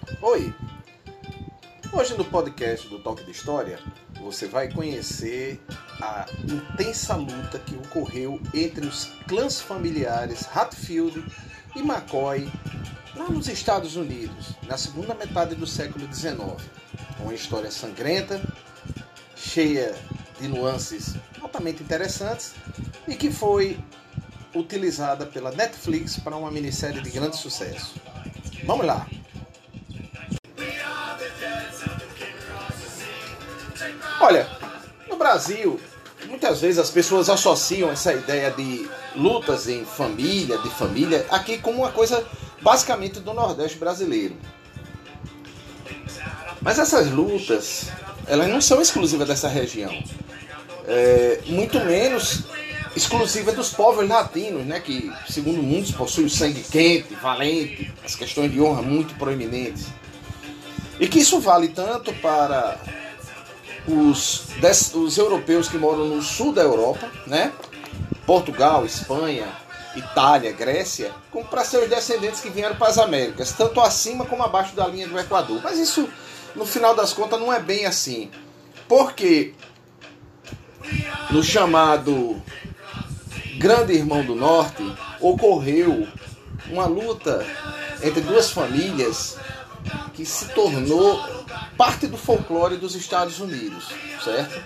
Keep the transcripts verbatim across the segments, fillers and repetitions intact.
Oi! Hoje no podcast do Toque de História, você vai conhecer a intensa luta que ocorreu entre os clãs familiares Hatfield e McCoy lá nos Estados Unidos, na segunda metade do século dezenove. Uma história sangrenta, cheia de nuances altamente interessantes e que foi utilizada pela Netflix para uma minissérie de grande sucesso. Vamos lá! Olha, no Brasil, muitas vezes as pessoas associam essa ideia de lutas em família, de família, aqui como uma coisa basicamente do Nordeste brasileiro. Mas essas lutas, elas não são exclusivas dessa região. É, muito menos exclusiva dos povos latinos, né, que, segundo muitos, possuem o sangue quente, valente, as questões de honra muito proeminentes. E que isso vale tanto para os, des, os europeus que moram no sul da Europa, né, Portugal, Espanha, Itália, Grécia, como para seus descendentes que vieram para as Américas, tanto acima como abaixo da linha do Equador. Mas isso, no final das contas, não é bem assim. Porque no chamado Grande Irmão do Norte, ocorreu uma luta entre duas famílias que se tornou parte do folclore dos Estados Unidos, certo?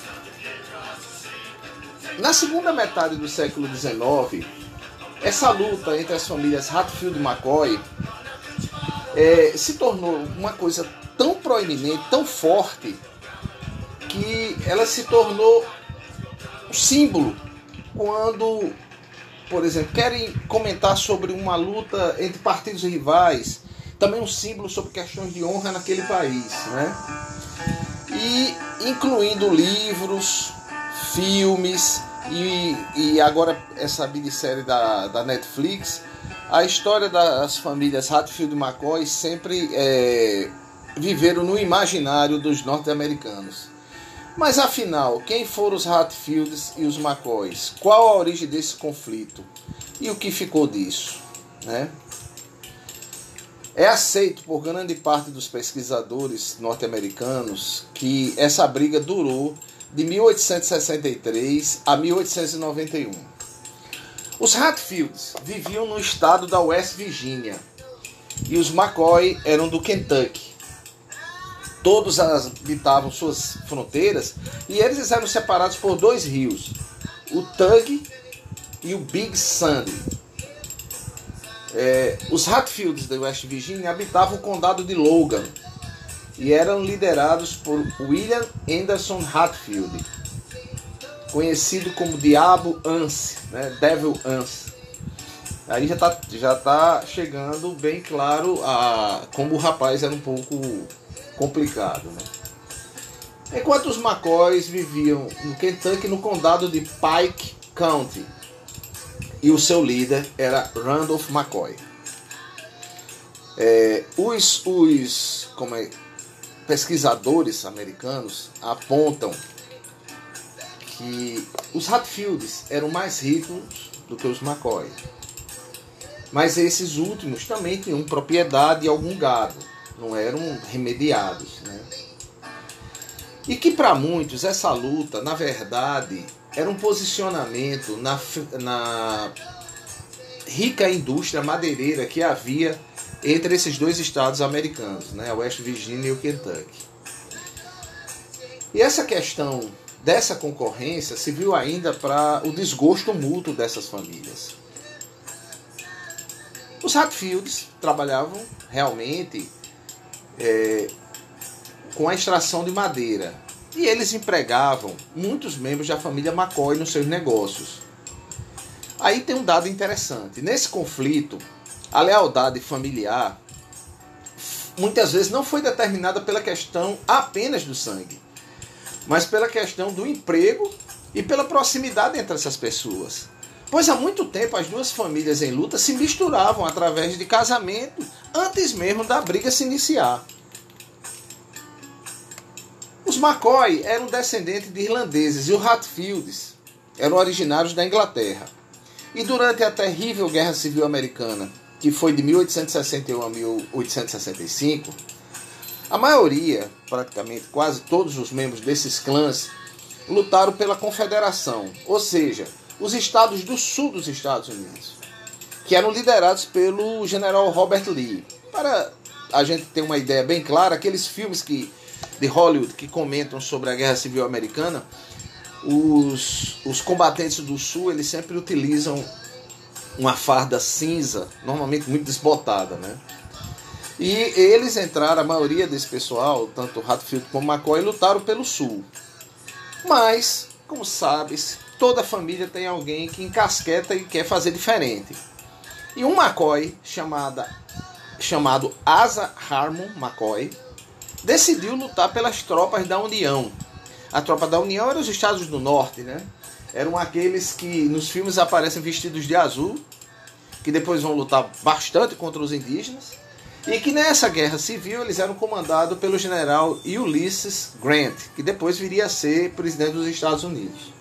Na segunda metade do século dezenove, essa luta entre as famílias Hatfield e McCoy é, se tornou uma coisa tão proeminente, tão forte, que ela se tornou um símbolo quando, por exemplo, querem comentar sobre uma luta entre partidos rivais, também um símbolo sobre questões de honra naquele país, né? E incluindo livros, filmes e, e agora essa minissérie da, da Netflix, a história das famílias Hatfield e McCoy sempre é, viveram no imaginário dos norte-americanos. Mas afinal, quem foram os Hatfields e os McCoys? Qual a origem desse conflito? E o que ficou disso, né? É aceito por grande parte dos pesquisadores norte-americanos que essa briga durou de mil oitocentos e sessenta e três a mil oitocentos e noventa e um. Os Hatfields viviam no estado da West Virginia e os McCoy eram do Kentucky. Todos habitavam suas fronteiras e eles eram separados por dois rios, o Tug e o Big Sandy. É, os Hatfields da West Virginia habitavam o condado de Logan e eram liderados por William Anderson Hatfield, conhecido como Diabo Anse, né, Devil Anse. Aí já está já tá chegando bem claro a, como o rapaz era um pouco complicado, né? Enquanto os McCoys viviam no Kentucky, no condado de Pike County, e o seu líder era Randolph McCoy. É, os os como é, pesquisadores americanos apontam que os Hatfields eram mais ricos do que os McCoy, mas esses últimos também tinham propriedade e algum gado, não eram remediados, né? E que para muitos essa luta, na verdade, era um posicionamento na, na rica indústria madeireira que havia entre esses dois estados americanos, né, a West Virginia e o Kentucky. E essa questão dessa concorrência se viu ainda para o desgosto mútuo dessas famílias. Os Hatfields trabalhavam realmente é, com a extração de madeira e eles empregavam muitos membros da família McCoy nos seus negócios. Aí tem um dado interessante. Nesse conflito, a lealdade familiar muitas vezes não foi determinada pela questão apenas do sangue, mas pela questão do emprego e pela proximidade entre essas pessoas. Pois há muito tempo as duas famílias em luta se misturavam através de casamento antes mesmo da briga se iniciar. Os McCoy eram descendentes de irlandeses e os Hatfields eram originários da Inglaterra. E durante a terrível Guerra Civil Americana, que foi de mil oitocentos e sessenta e um a mil oitocentos e sessenta e cinco, a maioria, praticamente quase todos os membros desses clãs, lutaram pela Confederação, ou seja, os estados do sul dos Estados Unidos, que eram liderados pelo general Robert Lee. Para a gente ter uma ideia bem clara, aqueles filmes que, de Hollywood que comentam sobre a Guerra Civil Americana, os, os combatentes do sul, eles sempre utilizam uma farda cinza, normalmente muito desbotada, né? E eles entraram, a maioria desse pessoal, tanto Hatfield como McCoy, lutaram pelo sul. Mas, como sabes, toda família tem alguém que encasqueta e quer fazer diferente. E um McCoy, chamada, chamado Asa Harmon McCoy, decidiu lutar pelas tropas da União. A tropa da União eram os estados do norte, né? Eram aqueles que nos filmes aparecem vestidos de azul, que depois vão lutar bastante contra os indígenas, e que nessa guerra civil eles eram comandados pelo general Ulysses Grant, que depois viria a ser presidente dos Estados Unidos.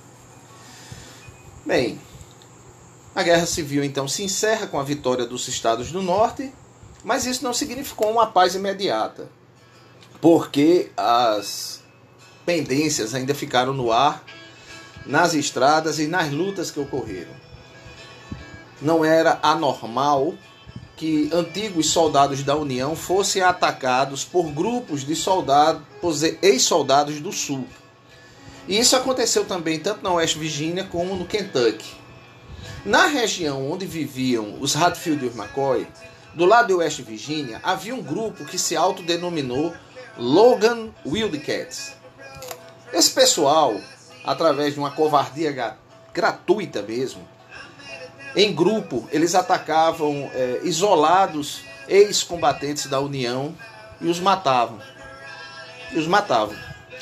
Bem, a guerra civil então se encerra com a vitória dos estados do norte, mas isso não significou uma paz imediata, porque as pendências ainda ficaram no ar, nas estradas e nas lutas que ocorreram. Não era anormal que antigos soldados da União fossem atacados por grupos de soldados, ex-soldados do Sul. E isso aconteceu também tanto na West Virginia como no Kentucky. Na região onde viviam os Hatfield e os McCoy, do lado de West Virginia, havia um grupo que se autodenominou Logan Wildcats. Esse pessoal, através de uma covardia gratuita mesmo, em grupo, eles atacavam é, isolados ex-combatentes da União e os matavam. E os matavam.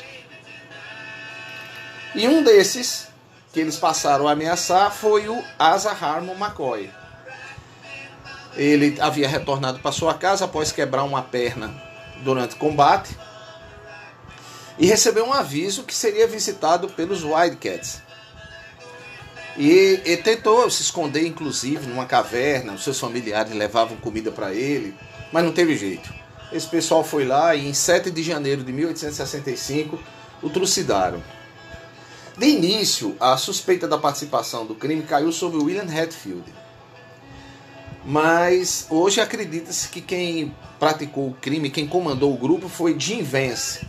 E um desses que eles passaram a ameaçar foi o Asa Harmon McCoy. Ele havia retornado para sua casa após quebrar uma perna durante o combate e recebeu um aviso que seria visitado pelos Wildcats. E, e tentou se esconder, inclusive, numa caverna. Os seus familiares levavam comida para ele, mas não teve jeito. Esse pessoal foi lá e em sete de janeiro de mil oitocentos e sessenta e cinco o trucidaram. De início, a suspeita da participação do crime caiu sobre William Hatfield. Mas hoje acredita-se que quem praticou o crime, quem comandou o grupo foi Jim Vance,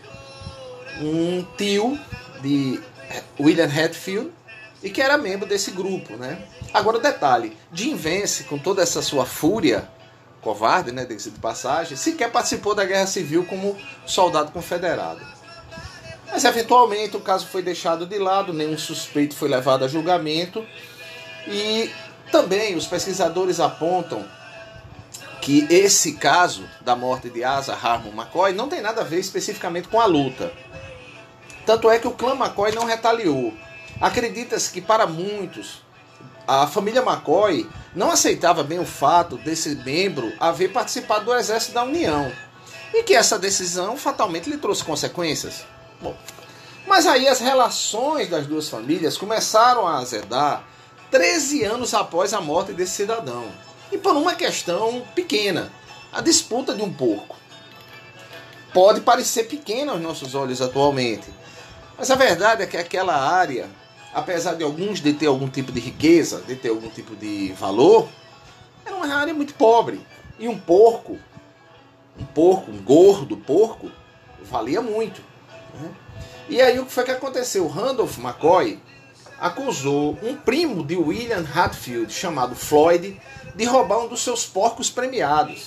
um tio de William Hatfield, e que era membro desse grupo, né? Agora o detalhe, Jim Vance, com toda essa sua fúria covarde, né, de passagem, sequer participou da Guerra Civil como soldado confederado. Mas eventualmente o caso foi deixado de lado, nenhum suspeito foi levado a julgamento, e também os pesquisadores apontam que esse caso da morte de Asa Harmon McCoy não tem nada a ver especificamente com a luta. Tanto é que o clã McCoy não retaliou. Acredita-se que para muitos a família McCoy não aceitava bem o fato desse membro haver participado do exército da União e que essa decisão fatalmente lhe trouxe consequências. Bom, mas aí as relações das duas famílias começaram a azedar treze anos após a morte desse cidadão. E por uma questão pequena, a disputa de um porco. Pode parecer pequena aos nossos olhos atualmente, mas a verdade é que aquela área, apesar de alguns de ter algum tipo de riqueza, de ter algum tipo de valor, era uma área muito pobre. E um porco, um porco, um gordo porco, valia muito, né? E aí o que foi que aconteceu? Randolph McCoy acusou um primo de William Hatfield, chamado Floyd, de roubar um dos seus porcos premiados.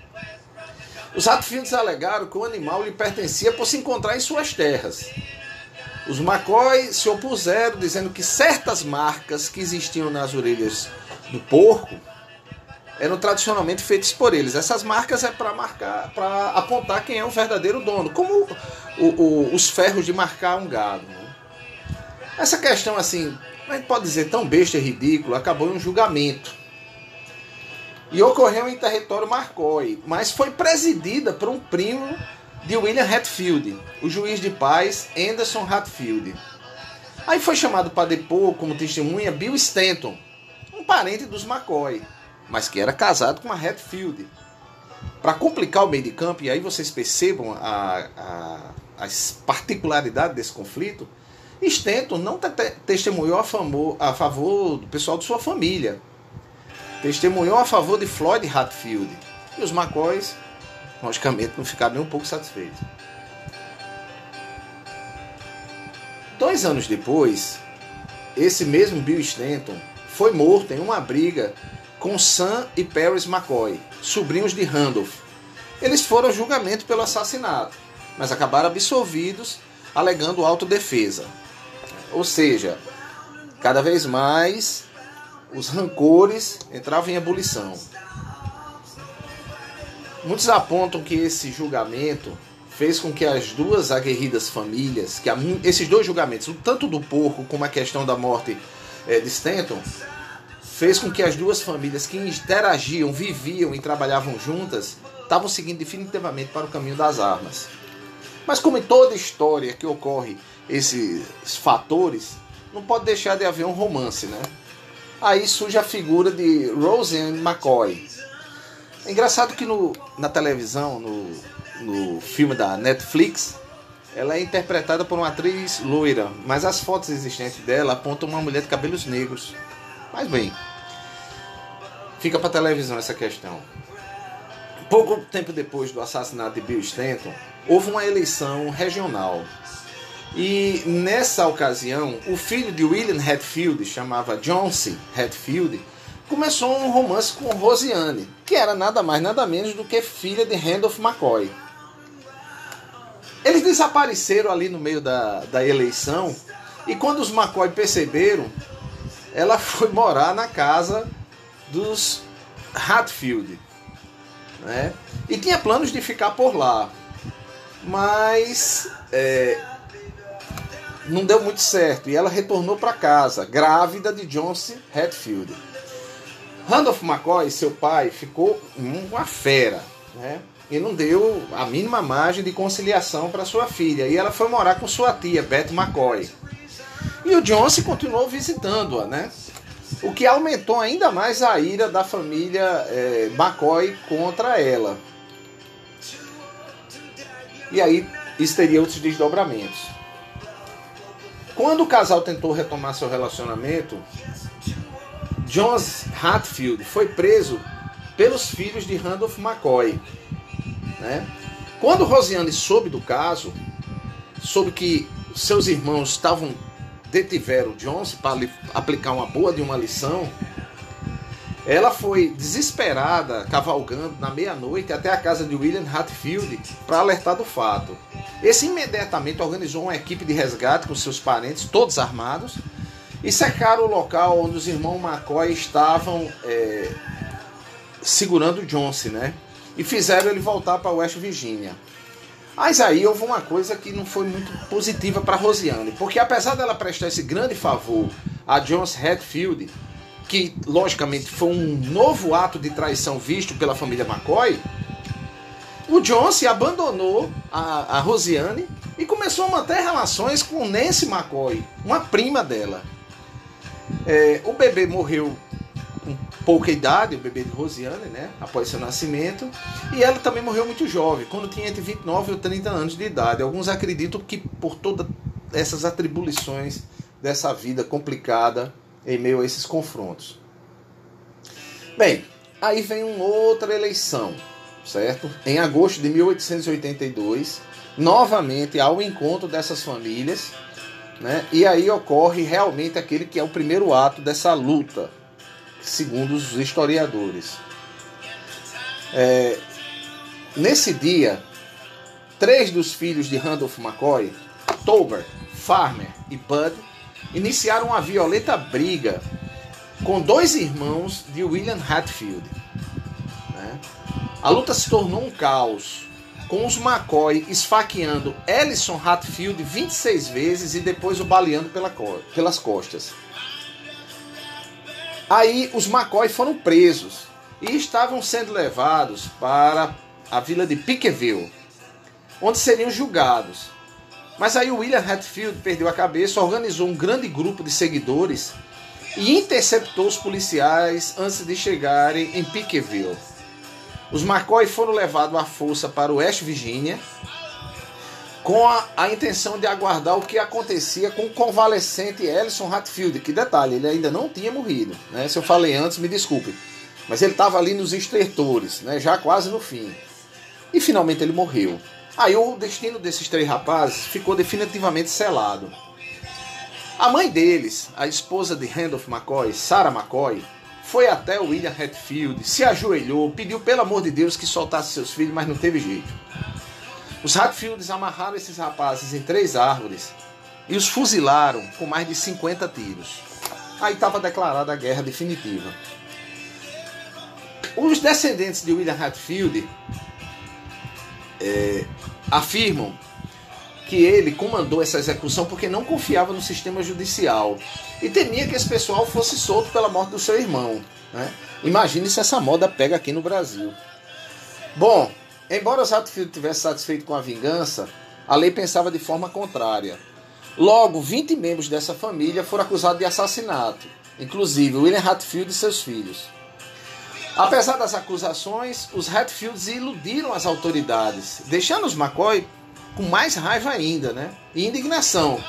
Os Hatfields alegaram que o animal lhe pertencia por se encontrar em suas terras. Os McCoy se opuseram, dizendo que certas marcas que existiam nas orelhas do porco eram tradicionalmente feitas por eles. Essas marcas é para marcar, para apontar quem é o verdadeiro dono, como o, o, os ferros de marcar um gado, né? Essa questão, assim, a gente pode dizer tão besta e ridícula, acabou em um julgamento. E ocorreu em território McCoy, mas foi presidida por um primo de William Hatfield, o juiz de paz Anderson Hatfield. Aí foi chamado para depor como testemunha Bill Stanton, um parente dos McCoy, mas que era casado com uma Hatfield. Para complicar o meio de campo, e aí vocês percebam a, a, as particularidades desse conflito, Stanton não te testemunhou a, famo, a favor do pessoal de sua família. Testemunhou a favor de Floyd Hatfield. E os McCoys, logicamente, não ficaram nem um pouco satisfeitos. Dois anos depois, esse mesmo Bill Stanton foi morto em uma briga com Sam e Paris McCoy, sobrinhos de Randolph. Eles foram a julgamento pelo assassinato, mas acabaram absolvidos, alegando autodefesa. Ou seja, cada vez mais os rancores entravam em ebulição. Muitos apontam que esse julgamento fez com que as duas aguerridas famílias, que esses dois julgamentos, tanto do porco como a questão da morte é, de Stanton, fez com que as duas famílias que interagiam, viviam e trabalhavam juntas, estavam seguindo definitivamente para o caminho das armas. Mas como em toda história que ocorre esses fatores, não pode deixar de haver um romance, né? Aí surge a figura de Roseanne McCoy. É engraçado que no, na televisão, no, no filme da Netflix, ela é interpretada por uma atriz loira, mas as fotos existentes dela apontam uma mulher de cabelos negros. Mas bem, fica para televisão essa questão. Pouco tempo depois do assassinato de Bill Stanton, houve uma eleição regional. E nessa ocasião, o filho de William Hatfield, chamava John C. Hatfield, começou um romance com Roseanne, que era nada mais nada menos do que filha de Randolph McCoy. Eles desapareceram ali no meio da, da eleição, e quando os McCoy perceberam, ela foi morar na casa dos Hatfield, né? E tinha planos de ficar por lá, mas é, não deu muito certo, e ela retornou para casa, grávida de John C. Hatfield. Randolph McCoy, seu pai, ficou uma fera, né? E não deu a mínima margem de conciliação para sua filha. E ela foi morar com sua tia, Beth McCoy. E o John C. continuou visitando-a, né? O que aumentou ainda mais a ira da família é, McCoy contra ela. E aí isso teria outros desdobramentos. Quando o casal tentou retomar seu relacionamento, John Hatfield foi preso pelos filhos de Randolph McCoy, né? Quando Roseanne soube do caso, soube que seus irmãos estavam detiveram John para lhe aplicar uma boa de uma lição, ela foi desesperada, cavalgando na meia-noite até a casa de William Hatfield para alertar do fato. Esse imediatamente organizou uma equipe de resgate com seus parentes, todos armados, e cercaram o local onde os irmãos McCoy estavam é, segurando o John C., né? E fizeram ele voltar para West Virginia. Mas aí houve uma coisa que não foi muito positiva para Roseanne, porque apesar dela prestar esse grande favor a John Hatfield, que logicamente foi um novo ato de traição visto pela família McCoy, o John C. abandonou a, a Roseanne e começou a manter relações com Nancy McCoy, uma prima dela. É, o bebê morreu com pouca idade, o bebê de Roseanne, né, após seu nascimento, e ela também morreu muito jovem, quando tinha entre vinte e nove ou trinta anos de idade. Alguns acreditam que por todas essas atribuições dessa vida complicada em meio a esses confrontos. Bem, aí vem uma outra eleição, certo? Em agosto de mil oitocentos e oitenta e dois, novamente há o encontro dessas famílias, né? E aí ocorre realmente aquele que é o primeiro ato dessa luta, segundo os historiadores. É, nesse dia, três dos filhos de Randolph McCoy, Tolbert, Farmer e Bud, iniciaram uma violenta briga com dois irmãos de William Hatfield, né? A luta se tornou um caos, com os McCoy esfaqueando Ellison Hatfield vinte e seis vezes e depois o baleando pela co- pelas costas. Aí os McCoy foram presos e estavam sendo levados para a vila de Pickville, onde seriam julgados. Mas aí o William Hatfield perdeu a cabeça, organizou um grande grupo de seguidores e interceptou os policiais antes de chegarem em Pikeville. Os McCoy foram levados à força para o West Virginia com a, a intenção de aguardar o que acontecia com o convalescente Ellison Hatfield. Que detalhe, ele ainda não tinha morrido, né? Se eu falei antes, me desculpe, mas ele estava ali nos estertores, né? Já quase no fim. E finalmente ele morreu. Aí o destino desses três rapazes ficou definitivamente selado. A mãe deles, a esposa de Randolph McCoy, Sarah McCoy, foi até o William Hatfield, se ajoelhou, pediu pelo amor de Deus que soltasse seus filhos, mas não teve jeito. Os Hatfields amarraram esses rapazes em três árvores e os fuzilaram com mais de cinquenta tiros. Aí estava declarada a guerra definitiva. Os descendentes de William Hatfield é, afirmam que ele comandou essa execução porque não confiava no sistema judicial e temia que esse pessoal fosse solto pela morte do seu irmão, né? Imagine se essa moda pega aqui no Brasil. Bom, embora os Hatfield tivessem satisfeito com a vingança, a lei pensava de forma contrária. Logo, vinte membros dessa família foram acusados de assassinato, inclusive William Hatfield e seus filhos. Apesar das acusações, os Hatfields iludiram as autoridades, deixando os McCoy com mais raiva ainda, né? E indignação.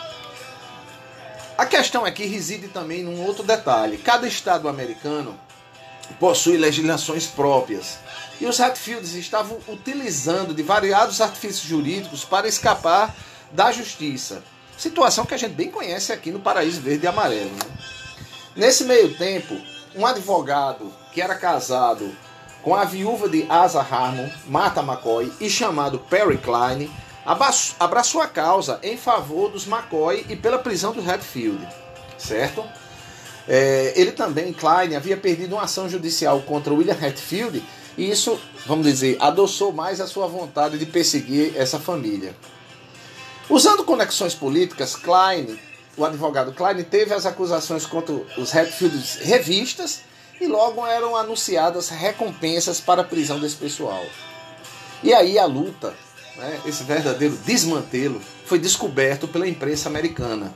A questão aqui reside também num outro detalhe. Cada estado americano possui legislações próprias. E os Hatfields estavam utilizando de variados artifícios jurídicos para escapar da justiça. Situação que a gente bem conhece aqui no Paraíso Verde e Amarelo, né? Nesse meio tempo, um advogado que era casado com a viúva de Asa Harmon, Martha McCoy, e chamado Perry Klein, abraçou a causa em favor dos McCoy e pela prisão do Hatfield, certo? É, ele também, Klein, havia perdido uma ação judicial contra William Hatfield e isso, vamos dizer, adoçou mais a sua vontade de perseguir essa família. Usando conexões políticas, Klein, o advogado Klein, teve as acusações contra os Hatfields revistas e logo eram anunciadas recompensas para a prisão desse pessoal. E aí a luta, né, esse verdadeiro desmantelo, foi descoberto pela imprensa americana.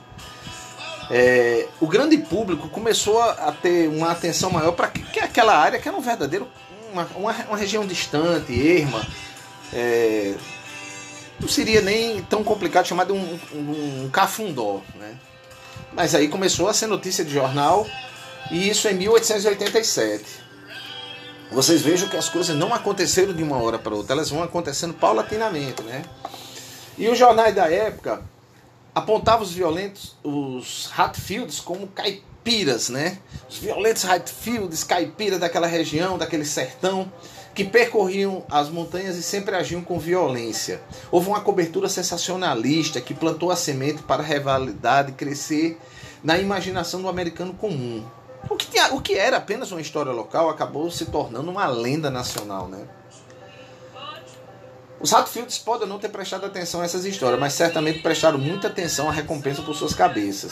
É, o grande público começou a ter uma atenção maior para que aquela área que era um verdadeiro, uma, uma, uma região distante, erma, é, não seria nem tão complicado chamar de um, um, um cafundó, né? Mas aí começou a ser notícia de jornal, e isso em mil oitocentos e oitenta e sete. Vocês vejam que as coisas não aconteceram de uma hora para outra, elas vão acontecendo paulatinamente, né? E os jornais da época apontavam os violentos, os Hatfields, como caipiras, né? Os violentos Hatfields, caipiras daquela região, daquele sertão, que percorriam as montanhas e sempre agiam com violência. Houve uma cobertura sensacionalista que plantou a semente para a rivalidade crescer na imaginação do americano comum. O que, tinha, o que era apenas uma história local acabou se tornando uma lenda nacional, né? Os Hatfields podem não ter prestado atenção a essas histórias, mas certamente prestaram muita atenção à recompensa por suas cabeças.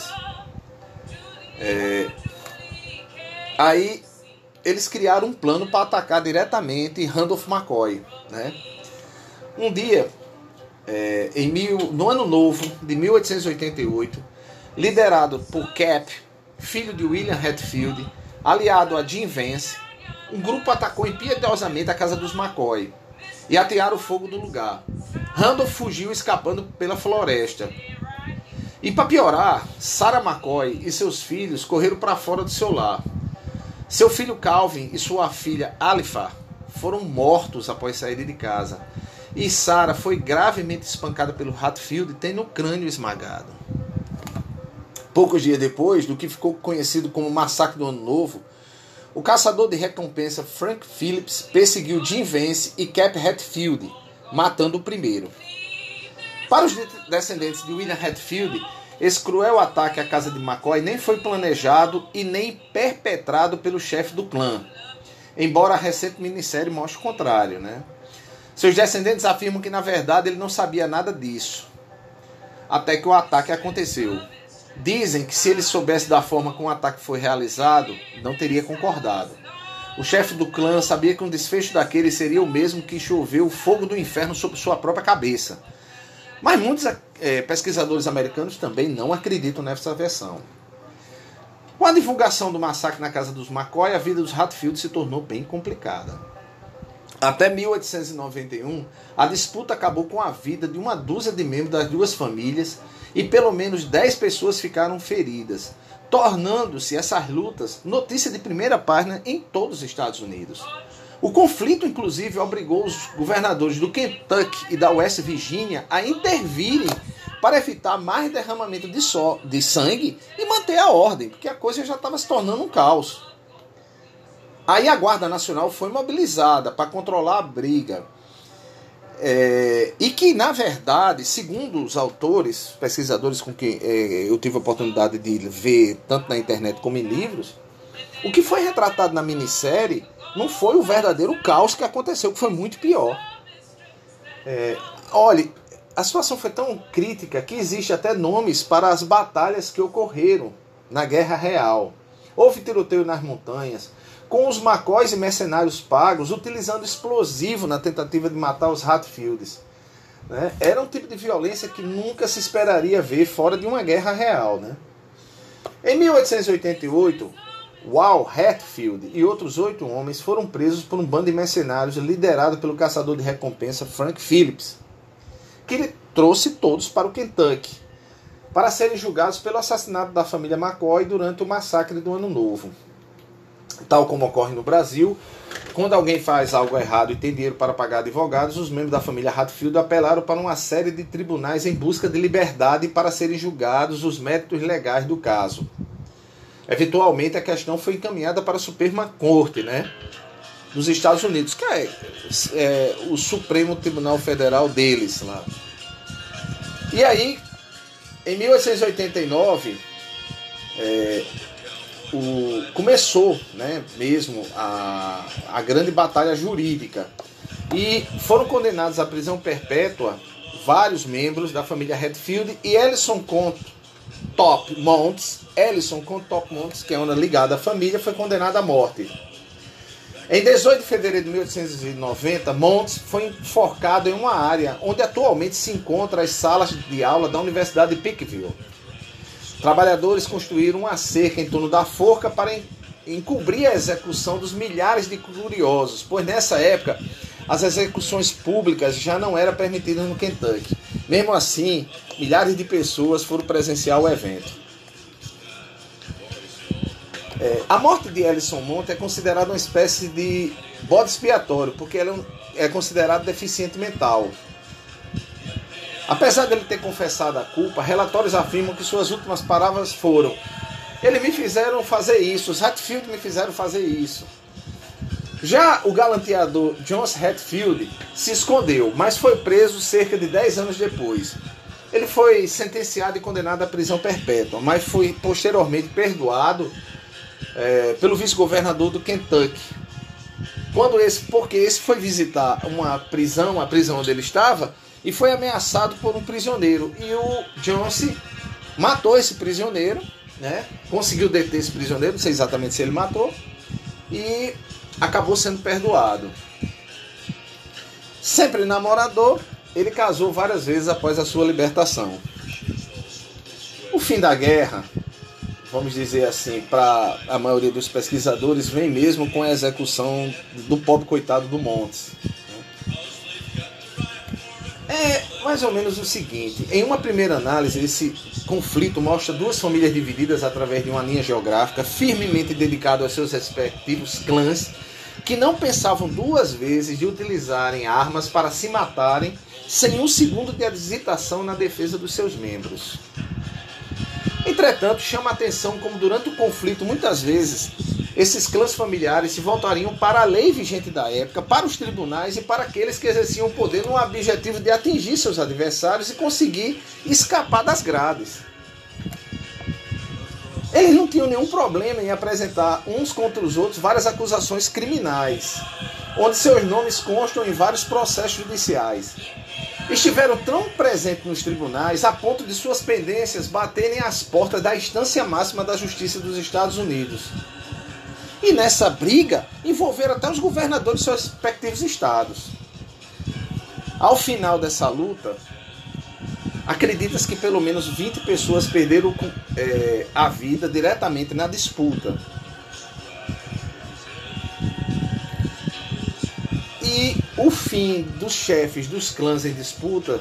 É... Aí eles criaram um plano para atacar diretamente Randolph McCoy, né? Um dia, é, em mil, no ano novo de mil oitocentos e oitenta e oito, liderado por Cap, filho de William Hatfield, aliado a Jim Vance, um grupo atacou impiedosamente a casa dos McCoy e atearam o fogo do lugar. Randolph fugiu escapando pela floresta. E para piorar, Sarah McCoy e seus filhos correram para fora do seu lar. Seu filho Calvin e sua filha Alifa foram mortos após saírem de casa. E Sarah foi gravemente espancada pelo Hatfield, tendo o crânio esmagado. Poucos dias depois do que ficou conhecido como Massacre do Ano Novo, o caçador de recompensa Frank Phillips perseguiu Jim Vance e Cap Hatfield, matando o primeiro. Para os descendentes de William Hatfield, esse cruel ataque à casa de McCoy nem foi planejado e nem perpetrado pelo chefe do clã, embora a recente minissérie mostre o contrário, né? Seus descendentes afirmam que na verdade ele não sabia nada disso, até que o ataque aconteceu. Dizem que se ele soubesse da forma como o ataque foi realizado, não teria concordado. O chefe do clã sabia que um desfecho daquele seria o mesmo que choveu o fogo do inferno sobre sua própria cabeça. Mas muitos é, pesquisadores americanos também não acreditam nessa versão. Com a divulgação do massacre na casa dos McCoy, a vida dos Hatfield se tornou bem complicada. Até mil oitocentos e noventa e um, a disputa acabou com a vida de uma dúzia de membros das duas famílias e pelo menos dez pessoas ficaram feridas, tornando-se essas lutas notícia de primeira página em todos os Estados Unidos. O conflito, inclusive, obrigou os governadores do Kentucky e da West Virginia a intervirem para evitar mais derramamento de, so de sangue e manter a ordem, porque a coisa já estava se tornando um caos. Aí a Guarda Nacional foi mobilizada para controlar a briga. É, e que, na verdade, segundo os autores, pesquisadores com quem é, eu tive a oportunidade de ver, tanto na internet como em livros, o que foi retratado na minissérie não foi o verdadeiro caos que aconteceu, que foi muito pior. É, olhe, a situação foi tão crítica que existe até nomes para as batalhas que ocorreram na Guerra Real. Houve tiroteio nas montanhas, com os McCoys e mercenários pagos utilizando explosivo na tentativa de matar os Hatfields. Né? Era um tipo de violência que nunca se esperaria ver fora de uma guerra real. Né? Em mil oitocentos e oitenta e oito, Wal Hatfield e outros oito homens foram presos por um bando de mercenários liderado pelo caçador de recompensa Frank Phillips, que ele trouxe todos para o Kentucky, para serem julgados pelo assassinato da família McCoy durante o massacre do Ano Novo. Tal como ocorre no Brasil, quando alguém faz algo errado e tem dinheiro para pagar advogados, os membros da família Hatfield apelaram para uma série de tribunais em busca de liberdade para serem julgados os méritos legais do caso. Eventualmente, a questão foi encaminhada para a Suprema Corte, né, dos Estados Unidos, que é, é o Supremo Tribunal Federal deles lá. E aí, em mil oitocentos e oitenta e nove, é, o, começou, né, mesmo a, a grande batalha jurídica. E foram condenados à prisão perpétua vários membros da família Hatfield e Ellison Top Montes, Ellison Top Montes, que é uma ligada à família, foi condenado à morte. Em dezoito de fevereiro de mil oitocentos e noventa, Montes foi enforcado em uma área onde atualmente se encontram as salas de aula da Universidade de Pikeville. Trabalhadores construíram uma cerca em torno da forca para encobrir a execução dos milhares de curiosos, pois nessa época as execuções públicas já não eram permitidas no Kentucky. Mesmo assim, milhares de pessoas foram presenciar o evento. É, a morte de Ellison Monte é considerada uma espécie de bode expiatório, porque ela é considerado deficiente mental. Apesar dele ter confessado a culpa, relatórios afirmam que suas últimas palavras foram: "Eles me fizeram fazer isso, os Hatfield me fizeram fazer isso." Já o galanteador John Hatfield se escondeu, mas foi preso cerca de dez anos depois. Ele foi sentenciado e condenado à prisão perpétua, mas foi posteriormente perdoado é, pelo vice-governador do Kentucky. Quando esse, porque esse foi visitar uma prisão, a prisão onde ele estava, e foi ameaçado por um prisioneiro. E o Johnson matou esse prisioneiro, né? Conseguiu deter esse prisioneiro, não sei exatamente se ele matou, e acabou sendo perdoado. Sempre namorador, ele casou várias vezes após a sua libertação. O fim da guerra, vamos dizer assim, para a maioria dos pesquisadores, vem mesmo com a execução do pobre coitado do Montes. É mais ou menos o seguinte: em uma primeira análise, esse conflito mostra duas famílias divididas através de uma linha geográfica, firmemente dedicada aos seus respectivos clãs, que não pensavam duas vezes de utilizarem armas para se matarem sem um segundo de hesitação na defesa dos seus membros. Entretanto, chama a atenção como durante o conflito, muitas vezes, esses clãs familiares se voltariam para a lei vigente da época, para os tribunais e para aqueles que exerciam o poder no objetivo de atingir seus adversários e conseguir escapar das grades. Eles não tinham nenhum problema em apresentar uns contra os outros várias acusações criminais, onde seus nomes constam em vários processos judiciais. Estiveram tão presentes nos tribunais a ponto de suas pendências baterem às portas da instância máxima da Justiça dos Estados Unidos. E nessa briga envolveram até os governadores de seus respectivos estados. Ao final dessa luta, Acredita-se que pelo menos vinte pessoas perderam é, a vida diretamente na disputa. E o fim dos chefes dos clãs em disputa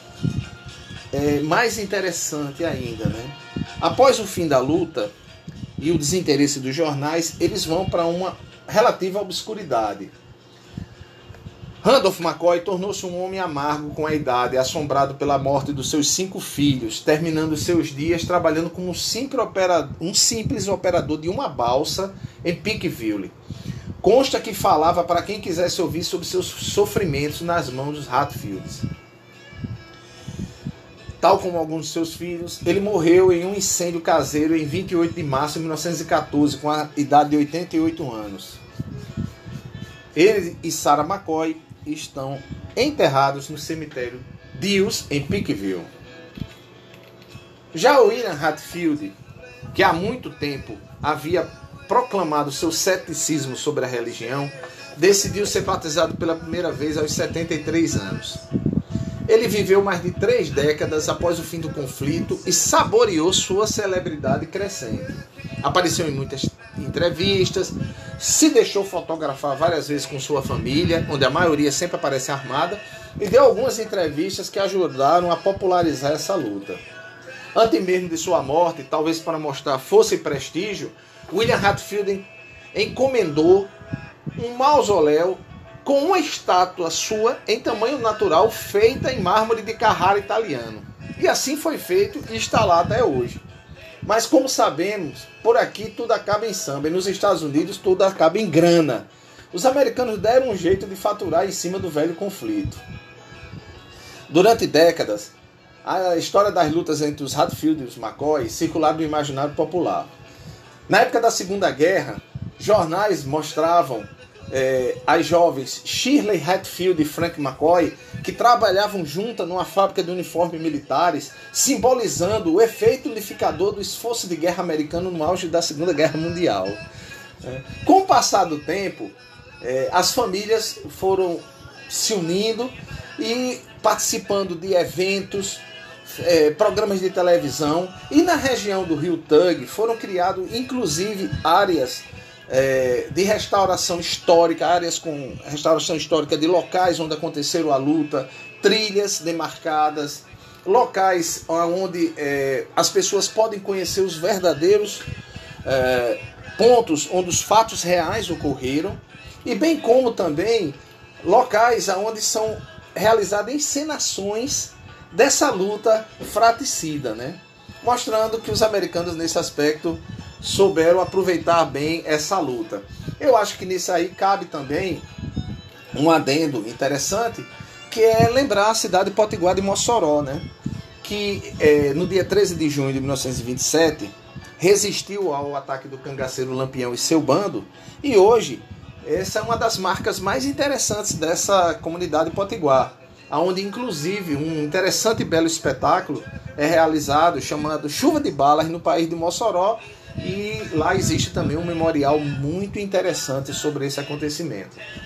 é mais interessante ainda, né? Após o fim da luta e o desinteresse dos jornais, eles vão para uma relativa obscuridade. Randolph McCoy tornou-se um homem amargo com a idade, assombrado pela morte dos seus cinco filhos, terminando seus dias trabalhando como um simples operador, um simples operador de uma balsa em Peakville. Consta que falava para quem quisesse ouvir sobre seus sofrimentos nas mãos dos Hatfields. Tal como alguns de seus filhos, ele morreu em um incêndio caseiro em vinte e oito de março de mil novecentos e catorze, com a idade de oitenta e oito anos. Ele e Sarah McCoy estão enterrados no cemitério Deals, em Peakville. Já William Hatfield, que há muito tempo havia proclamado seu ceticismo sobre a religião, decidiu ser batizado pela primeira vez aos setenta e três anos. Ele viveu mais de três décadas após o fim do conflito e saboreou sua celebridade crescente. Apareceu em muitas entrevistas, se deixou fotografar várias vezes com sua família, onde a maioria sempre aparece armada, e deu algumas entrevistas que ajudaram a popularizar essa luta. Antes mesmo de sua morte, talvez para mostrar força e prestígio, William Hatfield encomendou um mausoléu com uma estátua sua em tamanho natural feita em mármore de Carrara italiano. E assim foi feito e está lá até hoje. Mas como sabemos, por aqui tudo acaba em samba e nos Estados Unidos tudo acaba em grana. Os americanos deram um jeito de faturar em cima do velho conflito. Durante décadas, a história das lutas entre os Hatfield e os McCoy circularam no imaginário popular. Na época da Segunda Guerra, jornais mostravam é, as jovens Shirley Hatfield e Frank McCoy, que trabalhavam juntas numa fábrica de uniformes militares, simbolizando o efeito unificador do esforço de guerra americano no auge da Segunda Guerra Mundial. É. Com o passar do tempo, é, as famílias foram se unindo e participando de eventos, É, programas de televisão, e na região do Rio Tug foram criados inclusive áreas é, de restauração histórica, áreas com restauração histórica de locais onde aconteceram a luta, trilhas demarcadas, locais onde é, as pessoas podem conhecer os verdadeiros é, pontos onde os fatos reais ocorreram, e bem como também locais onde são realizadas encenações dessa luta fratricida, né? Mostrando que os americanos nesse aspecto souberam aproveitar bem essa luta. Eu acho que nisso aí cabe também um adendo interessante, que é lembrar a cidade potiguar de Mossoró, né? Que é, no dia treze de junho de mil novecentos e vinte e sete resistiu ao ataque do cangaceiro Lampião e seu bando, e hoje essa é uma das marcas mais interessantes dessa comunidade potiguar, onde inclusive um interessante e belo espetáculo é realizado chamado Chuva de Balas no país de Mossoró, e lá existe também um memorial muito interessante sobre esse acontecimento.